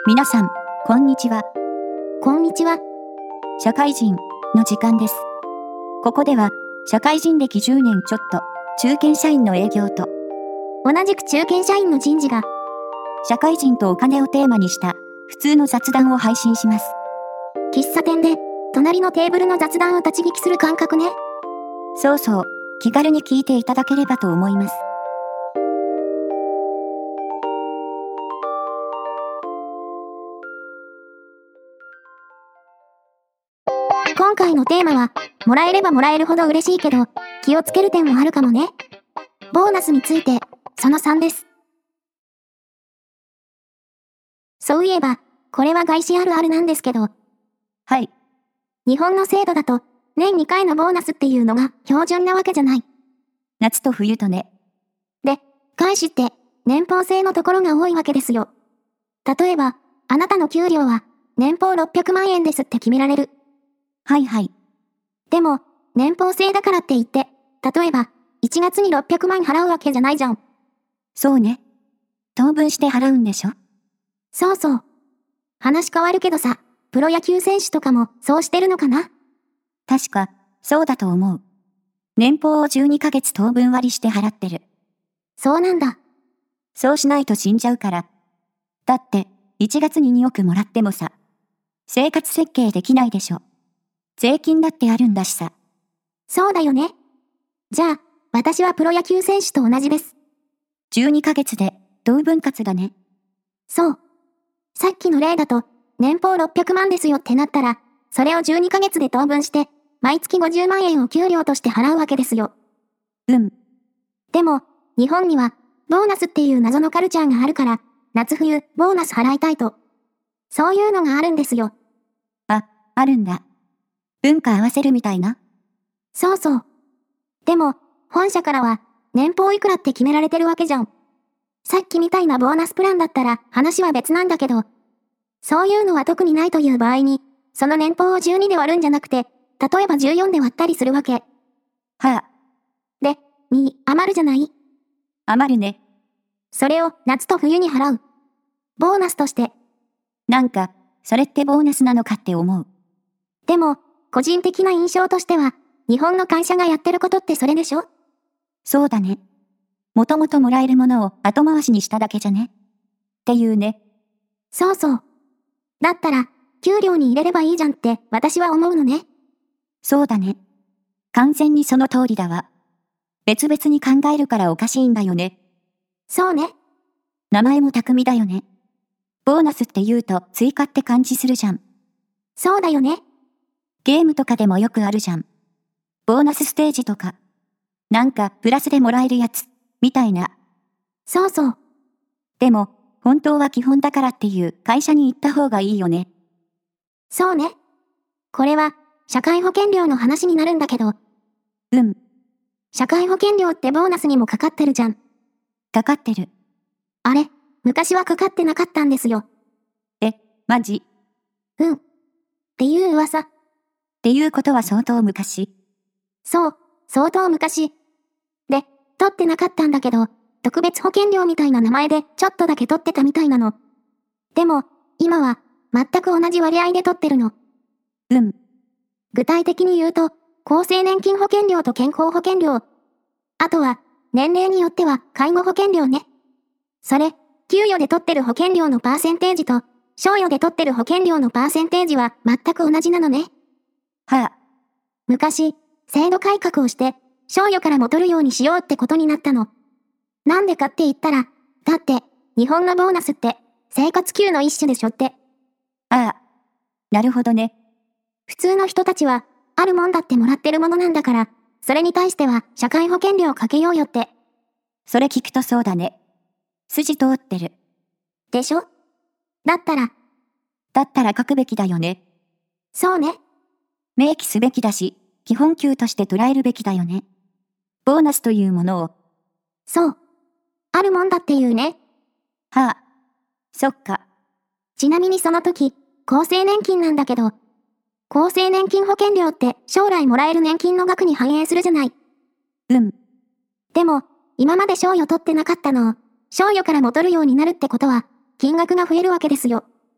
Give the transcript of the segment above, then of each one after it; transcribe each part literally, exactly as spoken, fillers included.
皆さん、こんにちは。 こんにちは。 社会人の時間です。ここでは、社会人歴じゅうねんちょっと、中堅社員の営業と、 同じく中堅社員の人事が、 社会人とお金をテーマにした、普通の雑談を配信します。 喫茶店で、隣のテーブルの雑談を立ち聞きする感覚ね。 そうそう、気軽に聞いていただければと思います。 今回のテーマは、もらえればもらえるほど嬉しいけど、気をつける点もあるかもね。ボーナスについて、そのさんです。そういえば、これは外資あるあるなんですけど、 はい。 日本の制度だと、年にかいのボーナスっていうのが標準なわけじゃない。 夏と冬とね。 で、外資って年俸制のところが多いわけですよ。例えば、あなたの給料は年俸ろっぴゃくまんえんですって決められる。 はいはい。 でも、年俸制だからって言って、例えば、いちがつにろっぴゃくまん払うわけじゃないじゃん。 そうね。当分して払うんでしょ？ そうそう。話変わるけどさ、プロ野球選手とかもそうしてるのかな？ 確か、そうだと思う。年俸をじゅうにかげつ当分割りして払ってる。 そうなんだ。 そうしないと死んじゃうから。だって、いちがつににおくもらってもさ、生活設計できないでしょ。税金だってあるんだしさ。 そうだよね。じゃあ、私はプロ野球選手と同じです。 じゅうにかげつで、同分割だね。 そう。さっきの例だと、年俸ろっぴゃくまんですよってなったら、それをじゅうにかげつで当分して、毎月ごじゅうまんえんを給料として払うわけですよ。 うん。 でも、日本には、ボーナスっていう謎のカルチャーがあるから、夏冬、ボーナス払いたいと。そういうのがあるんですよ。 あ、あるんだ。文化合わせるみたいな。 そうそう。でも、本社からは、年俸いくらって決められてるわけじゃん。さっきみたいなボーナスプランだったら話は別なんだけど、そういうのは特にないという場合に、その年俸をじゅうにで割るんじゃなくて、例えばじゅうよんで割ったりするわけ。 はあ、 で、に余るじゃない？ 余るね。 それを夏と冬に払う。ボーナスとして。 なんか、それってボーナスなのかって思う。 でも、個人的な印象としては、日本の会社がやってることってそれでしょ？ そうだね。もともともらえるものを後回しにしただけじゃね。っていうね。 そうそう。だったら、給料に入れればいいじゃんって私は思うのね。 そうだね。完全にその通りだわ。別々に考えるからおかしいんだよね。 そうね。 名前も巧みだよね。ボーナスって言うと追加って感じするじゃん。 そうだよね。 ゲームとかでもよくあるじゃん。ボーナスステージとか。なんかプラスでもらえるやつ、みたいな。 そうそう。 でも、本当は基本だからっていう会社に行った方がいいよね。 そうね。これは、社会保険料の話になるんだけど、 うん、 社会保険料ってボーナスにもかかってるじゃん。 かかってる。 あれ、昔はかかってなかったんですよ。 え、マジ？ うん。っていう噂。 っていうことは相当昔。 そう、相当昔。で、取ってなかったんだけど、特別保険料みたいな名前でちょっとだけ取ってたみたいなの。でも、今は、全く同じ割合で取ってるの。 うん、 具体的に言うと、厚生年金保険料と健康保険料。あとは、年齢によっては介護保険料ね。それ、給与で取ってる保険料のパーセンテージと、賞与で取ってる保険料のパーセンテージは全く同じなのね。 はあ、 昔、制度改革をして、賞与からも取るようにしようってことになったの。なんでかって言ったら、だって、日本のボーナスって、生活給の一種でしょって。 ああ、なるほどね。 普通の人たちは、あるもんだってもらってるものなんだから、それに対しては社会保険料かけようよって。 それ聞くとそうだね。筋通ってる。 でしょ？だったら、 だったら書くべきだよね。 そうね。 明記すべきだし、基本給として捉えるべきだよね。ボーナスというものを。 そう。あるもんだっていうね。 はあ、そっか。 ちなみにその時、厚生年金なんだけど、厚生年金保険料って将来もらえる年金の額に反映するじゃない。 うん、 でも、今まで賞与取ってなかったのを、賞与から戻るようになるってことは、金額が増えるわけですよ。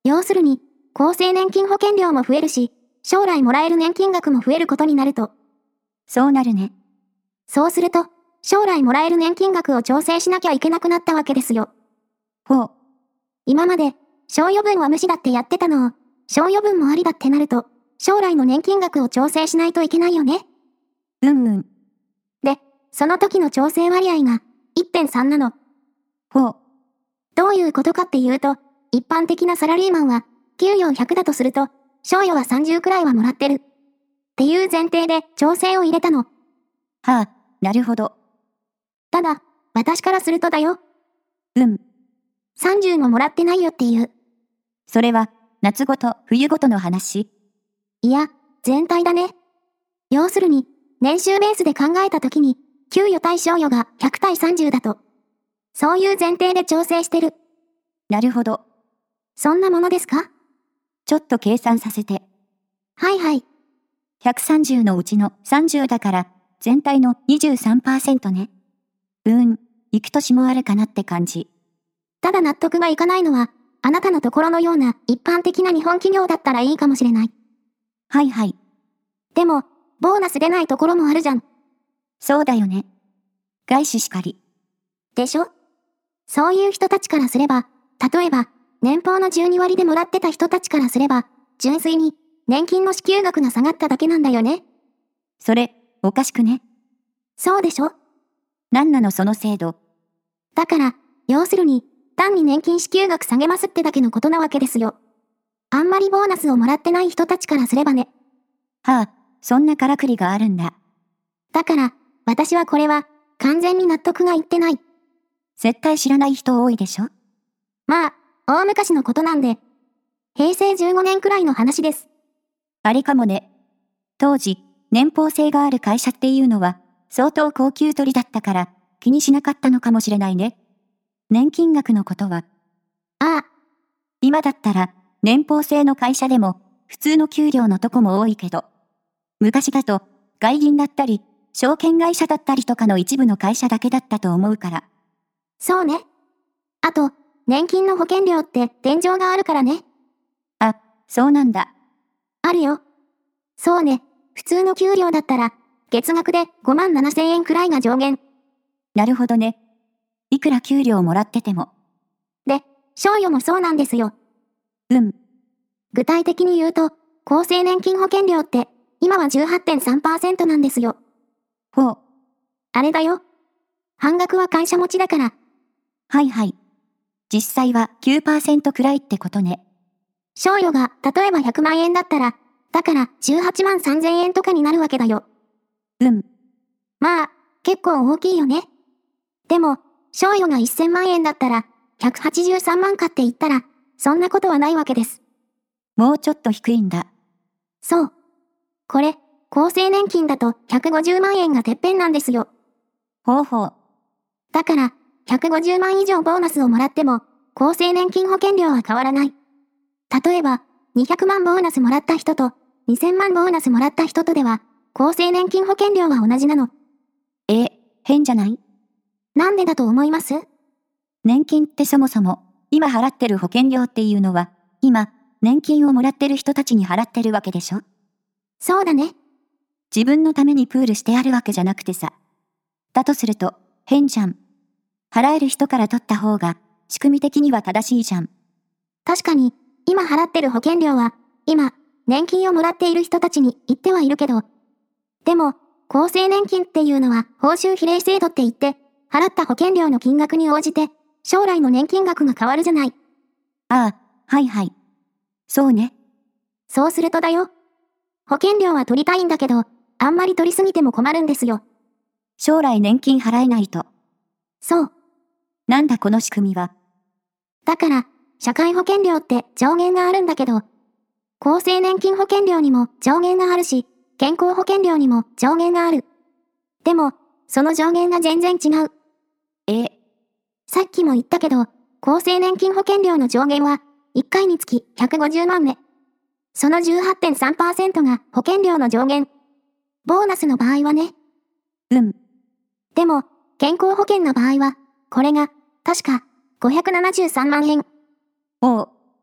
要するに、厚生年金保険料も増えるし、将来もらえる年金額も増えることになると。 そうなるね。 そうすると、将来もらえる年金額を調整しなきゃいけなくなったわけですよ。 ほう。 今まで、小余分は無視だってやってたのを、小余分もありだってなると、将来の年金額を調整しないといけないよね。 うんうん。 で、その時の調整割合が いってんさん なの。 ほう。 どういうことかっていうと、一般的なサラリーマンは、給与ひゃくだとすると、賞与はさんじゅうくらいはもらってる。っていう前提で調整を入れたの。 はあ、なるほど。 ただ、私からするとだよ。 うん。 さんじゅうももらってないよっていう。 それは、夏ごと、冬ごとの話。 いや、全体だね。要するに、年収ベースで考えたときに、給与対賞与がひゃく対さんじゅうだと。そういう前提で調整してる。 なるほど。 そんなものですか？ ちょっと計算させて。 はいはい。 ひゃくさんじゅうのうちのさんじゅうだから、全体の にじゅうさんパーセント ね。うーん、行く年もあるかなって感じ。 ただ納得がいかないのは、あなたのところのような一般的な日本企業だったらいいかもしれない。 はいはい。 でも、ボーナス出ないところもあるじゃん。 そうだよね。外資しかり。 でしょ？そういう人たちからすれば、例えば、年俸のじゅうに割でもらってた人たちからすれば、純粋に年金の支給額が下がっただけなんだよね。 それ、おかしくね？ そうでしょ？ なんなのその制度。 だから、要するに、単に年金支給額下げますってだけのことなわけですよ。あんまりボーナスをもらってない人たちからすればね。 はあ、そんなからくりがあるんだ。 だから、私はこれは、完全に納得がいってない。 絶対知らない人多いでしょ？ まあ、大昔のことなんで。平成じゅうごねんくらいの話です。 あれかもね。当時、年俸制がある会社っていうのは、相当高級取りだったから、気にしなかったのかもしれないね。年金額のことは。 ああ。 今だったら、年俸制の会社でも、普通の給料のとこも多いけど、昔だと、外銀だったり、証券会社だったりとかの一部の会社だけだったと思うから。 そうね。あと、年金の保険料って天井があるからね。 あ、そうなんだ。 あるよ。そうね。普通の給料だったら、月額でごまんななせんえんくらいが上限。 なるほどね。いくら給料もらってても。 で、賞与もそうなんですよ。 うん。 具体的に言うと、厚生年金保険料って、今は じゅうはってんさんパーセント なんですよ。 ほう。 あれだよ。半額は会社持ちだから。 はいはい。実際は きゅうパーセント くらいってことね。 賞与が例えばひゃくまんえんだったら、だからじゅうはちまんさんぜんえんとかになるわけだよ。 うん。 まあ、結構大きいよね。でも、賞与がせんまんえんだったら、ひゃくはちじゅうさんまんかって言ったら、そんなことはないわけです。 もうちょっと低いんだ。 そう。これ、厚生年金だとひゃくごじゅうまんえんがてっぺんなんですよ。 ほうほう。 だから、ひゃくごじゅうまん以上ボーナスをもらっても、厚生年金保険料は変わらない。例えば、にひゃくまんボーナスもらった人と、にせんまんボーナスもらった人とでは、厚生年金保険料は同じなの。 え、変じゃない？ なんでだと思います？ 年金ってそもそも、今払ってる保険料っていうのは、今、年金をもらってる人たちに払ってるわけでしょ？ そうだね。 自分のためにプールしてあるわけじゃなくてさ。だとすると、変じゃん。払える人から取った方が、仕組み的には正しいじゃん。 確かに、今払ってる保険料は、今、年金をもらっている人たちに言ってはいるけど。でも、厚生年金っていうのは報酬比例制度って言って、払った保険料の金額に応じて、将来の年金額が変わるじゃない。 ああ、はいはい。そうね。 そうするとだよ。保険料は取りたいんだけど、あんまり取りすぎても困るんですよ。 将来年金払えないと。 そう。 なんだこの仕組みは。 だから、社会保険料って上限があるんだけど、厚生年金保険料にも上限があるし、健康保険料にも上限がある。でも、その上限が全然違う。 えさっきも言ったけど、厚生年金保険料の上限は、いっかいにつきひゃくごじゅうまんね。その じゅうはってんさんパーセント が保険料の上限。ボーナスの場合はね。 うん。 でも、健康保険の場合は、これが、確か、ごひゃくななじゅうさんまんえん。 おう。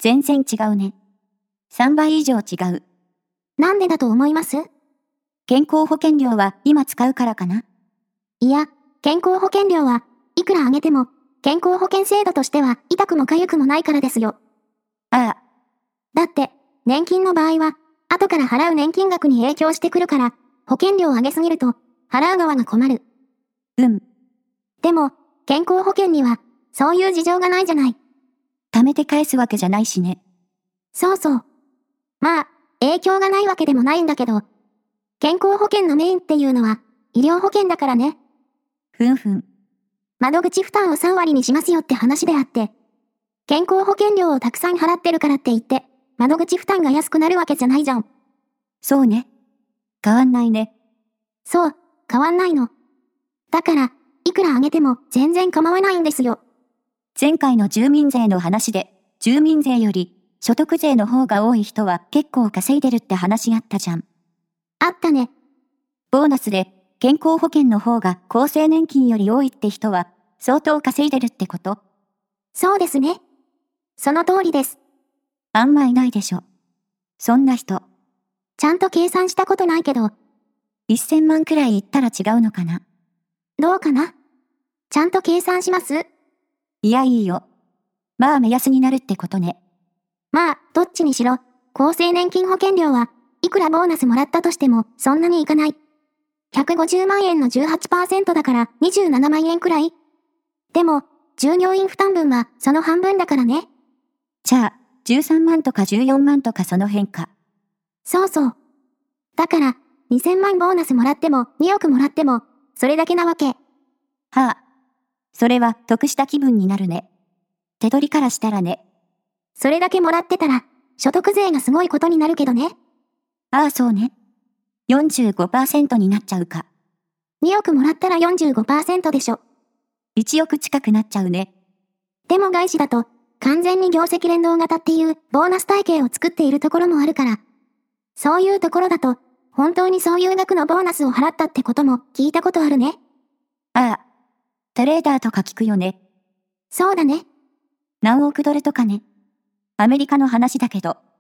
全然違うね。さんばい以上違う。 なんでだと思います？ 健康保険料は今使うからかな。 いや、健康保険料はいくら上げても、健康保険制度としては痛くも痒くもないからですよ。 ああ。 だって、年金の場合は、後から払う年金額に影響してくるから、保険料を上げすぎると、払う側が困る。 うん。 でも、健康保険には、そういう事情がないじゃない。 貯めて返すわけじゃないしね。 そうそう。まあ、影響がないわけでもないんだけど、健康保険のメインっていうのは、医療保険だからね。 ふんふん。 窓口負担をさんわりにしますよって話であって、健康保険料をたくさん払ってるからって言って、窓口負担が安くなるわけじゃないじゃん。 そうね。変わんないね。 そう、変わんないの。だから、いくら上げても全然構わないんですよ。 前回の住民税の話で、住民税より所得税の方が多い人は結構稼いでるって話あったじゃん。 あったね。 ボーナスで健康保険の方が厚生年金より多いって人は相当稼いでるってこと？ そうですね。その通りです。 あんまいないでしょ。そんな人。 ちゃんと計算したことないけど、 せんまんくらいいったら違うのかな。 どうかな？ちゃんと計算します？ いやいいよ。まあ目安になるってことね。 まあ、どっちにしろ、厚生年金保険料はいくらボーナスもらったとしてもそんなにいかない。ひゃくごじゅうまんえんの じゅうはちパーセント だからにじゅうななまんえんくらい。でも、従業員負担分はその半分だからね。 じゃあ、じゅうさんまんとかじゅうよんまんとかその辺か。 そうそう。だから、にせんまんボーナスもらってもにおくもらっても、それだけなわけ。はあ。それは得した気分になるね。手取りからしたらね。 それだけもらってたら、所得税がすごいことになるけどね。 ああそうね。よんじゅうごパーセント になっちゃうか。 におくもらったら よんじゅうごパーセント でしょ。 いちおく近くなっちゃうね。 でも外資だと、完全に業績連動型っていうボーナス体系を作っているところもあるから。そういうところだと、本当にそういう額のボーナスを払ったってことも聞いたことあるね。 ああ。トレーダーとか聞くよね。 そうだね。 何億ドルとかね。アメリカの話だけど。